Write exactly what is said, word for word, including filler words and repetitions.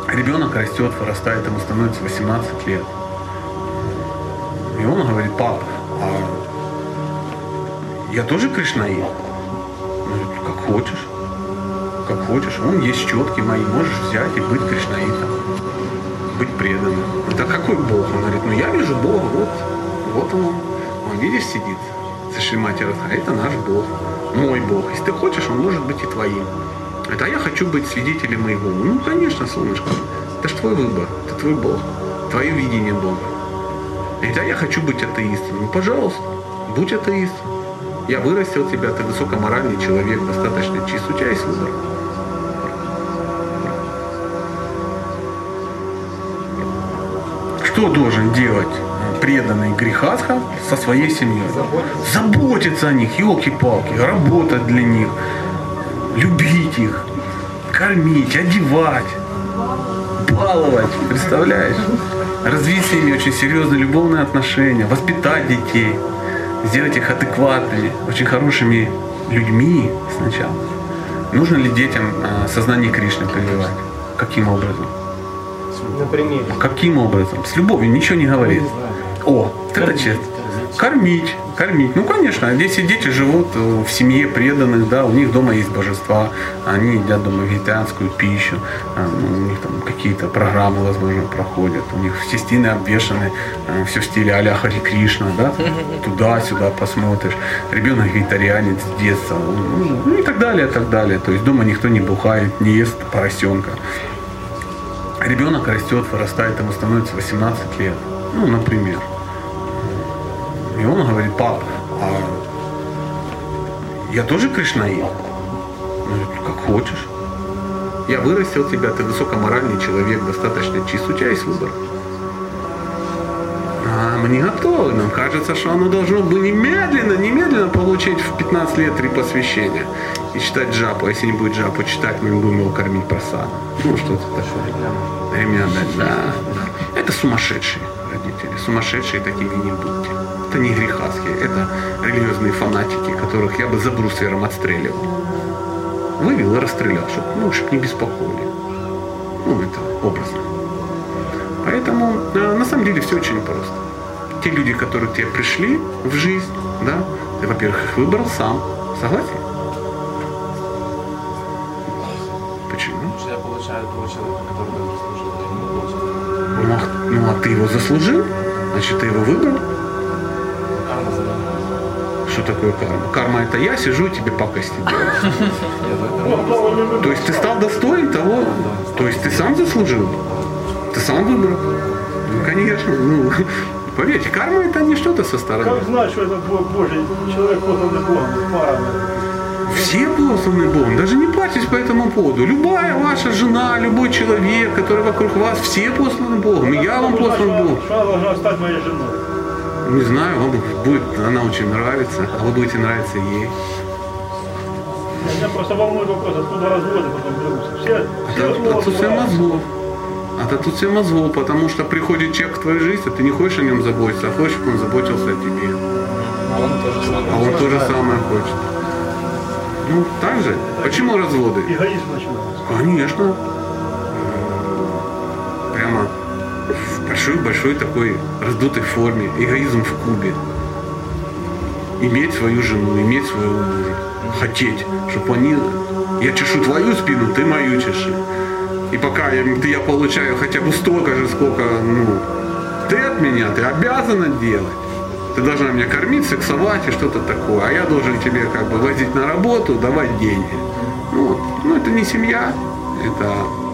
Ребенок растет, вырастает, ему становится восемнадцать лет. И он говорит: пап, а я тоже кришнаит? Как хочешь. Как хочешь. Он есть четкий мои, можешь взять и быть кришнаитом. Быть преданным. Да какой Бог? Он говорит: ну я вижу Бога, вот, вот он. Он, видишь, сидит со Шримати Радха. Это наш Бог. Мой Бог. Если ты хочешь, он может быть и твоим. Это, а я хочу быть свидетелем моего. Ну, конечно, солнышко. Это ж твой выбор. Это твой Бог. Твое видение Бога. Это, а я хочу быть атеистом. Ну, пожалуйста, будь атеистом. Я вырастил тебя, ты высокоморальный человек, достаточно чист. У тебя есть выбор. Что должен делать преданный грехастха со своей семьей? Заботиться, Заботиться о них, елки-палки, работать для них, любить их, кормить, одевать, баловать, представляешь? Развить с ними очень серьезные любовные отношения, воспитать детей, сделать их адекватными, очень хорошими людьми сначала. Нужно ли детям сознание Кришны прививать? Каким образом? На примере. Каким образом? С любовью ничего не говорит. О, это честно. Кормить, кормить. Ну, конечно, если дети живут в семье преданных, да, у них дома есть божества, они едят дома вегетарианскую пищу, у них там какие-то программы, возможно, проходят, у них все стены обвешаны, все в стиле а-ля Хари Кришна, да, туда-сюда посмотришь, ребенок вегетарианец с детства, ну и так далее, и так далее. То есть дома никто не бухает, не ест поросенка. Ребенок растет, вырастает, ему становится восемнадцать лет, ну, например. И он говорит: пап, а я тоже кришнаит? Как хочешь. Я вырастил тебя, ты высокоморальный человек, достаточно чист, у тебя есть выбор. А мы не готовы, нам кажется, что оно должно быть немедленно, немедленно получить в пятнадцать лет три посвящения и читать джапу. А если не будет джапу читать, мы не будем его кормить просадом. Ну, что-то такое. Ремня дать, да, да. Это сумасшедшие родители, сумасшедшие такими не будьте. Это не грехастские, это религиозные фанатики, которых я бы за брусвером отстреливал. Вывел и расстрелял, чтобы, ну, чтоб не беспокоили. Ну, это образно. Поэтому э, на самом деле все очень просто. Те люди, которые к тебе пришли в жизнь, да, ты, во-первых, их выбрал сам. Согласен? Почему? Потому что я получаю того человека, который заслужил, я не получил. Ну, а, ну, а ты его заслужил? Значит, ты его выбрал? Карма за мной. Что такое карма? Карма — это я сижу и тебе пакости делаю. То есть ты стал достоин того, то есть ты сам заслужил, ты сам выбрал. Ну, конечно. Ну, поверьте, карма — это не что-то со стороны. Как знать, что это Божий человек, посланный Богом, пара? Все посланы Богом, даже не парьтесь по этому поводу. Любая ваша жена, любой человек, который вокруг вас, все посланы Богом. И я вам послан Богом. Что она должна стать моей женой? Не знаю, вам будет, она очень нравится, а вы будете нравиться ей. Меня просто волнует вопрос, откуда разводы потом берутся. Все, все Это отсутствие мозгов. Это отсутствие мозгов, потому что приходит человек в твою жизнь, а ты не хочешь о нем заботиться, а хочешь, чтобы он заботился о тебе. А он тоже самое. А он то же самое хочет. Ну, так же. Почему разводы? Эгоизм начинается. Конечно. Прямо в большой-большой такой раздутой форме. Эгоизм в кубе. Иметь свою жену, иметь своего мужа. Хотеть, чтобы они... Я чешу твою спину, ты мою чеши. И пока я, я получаю хотя бы столько же, сколько, ну, ты от меня, ты обязана делать. Ты должна меня кормить, сексовать и что-то такое. А я должен тебе как бы возить на работу, давать деньги. Ну, ну это не семья, это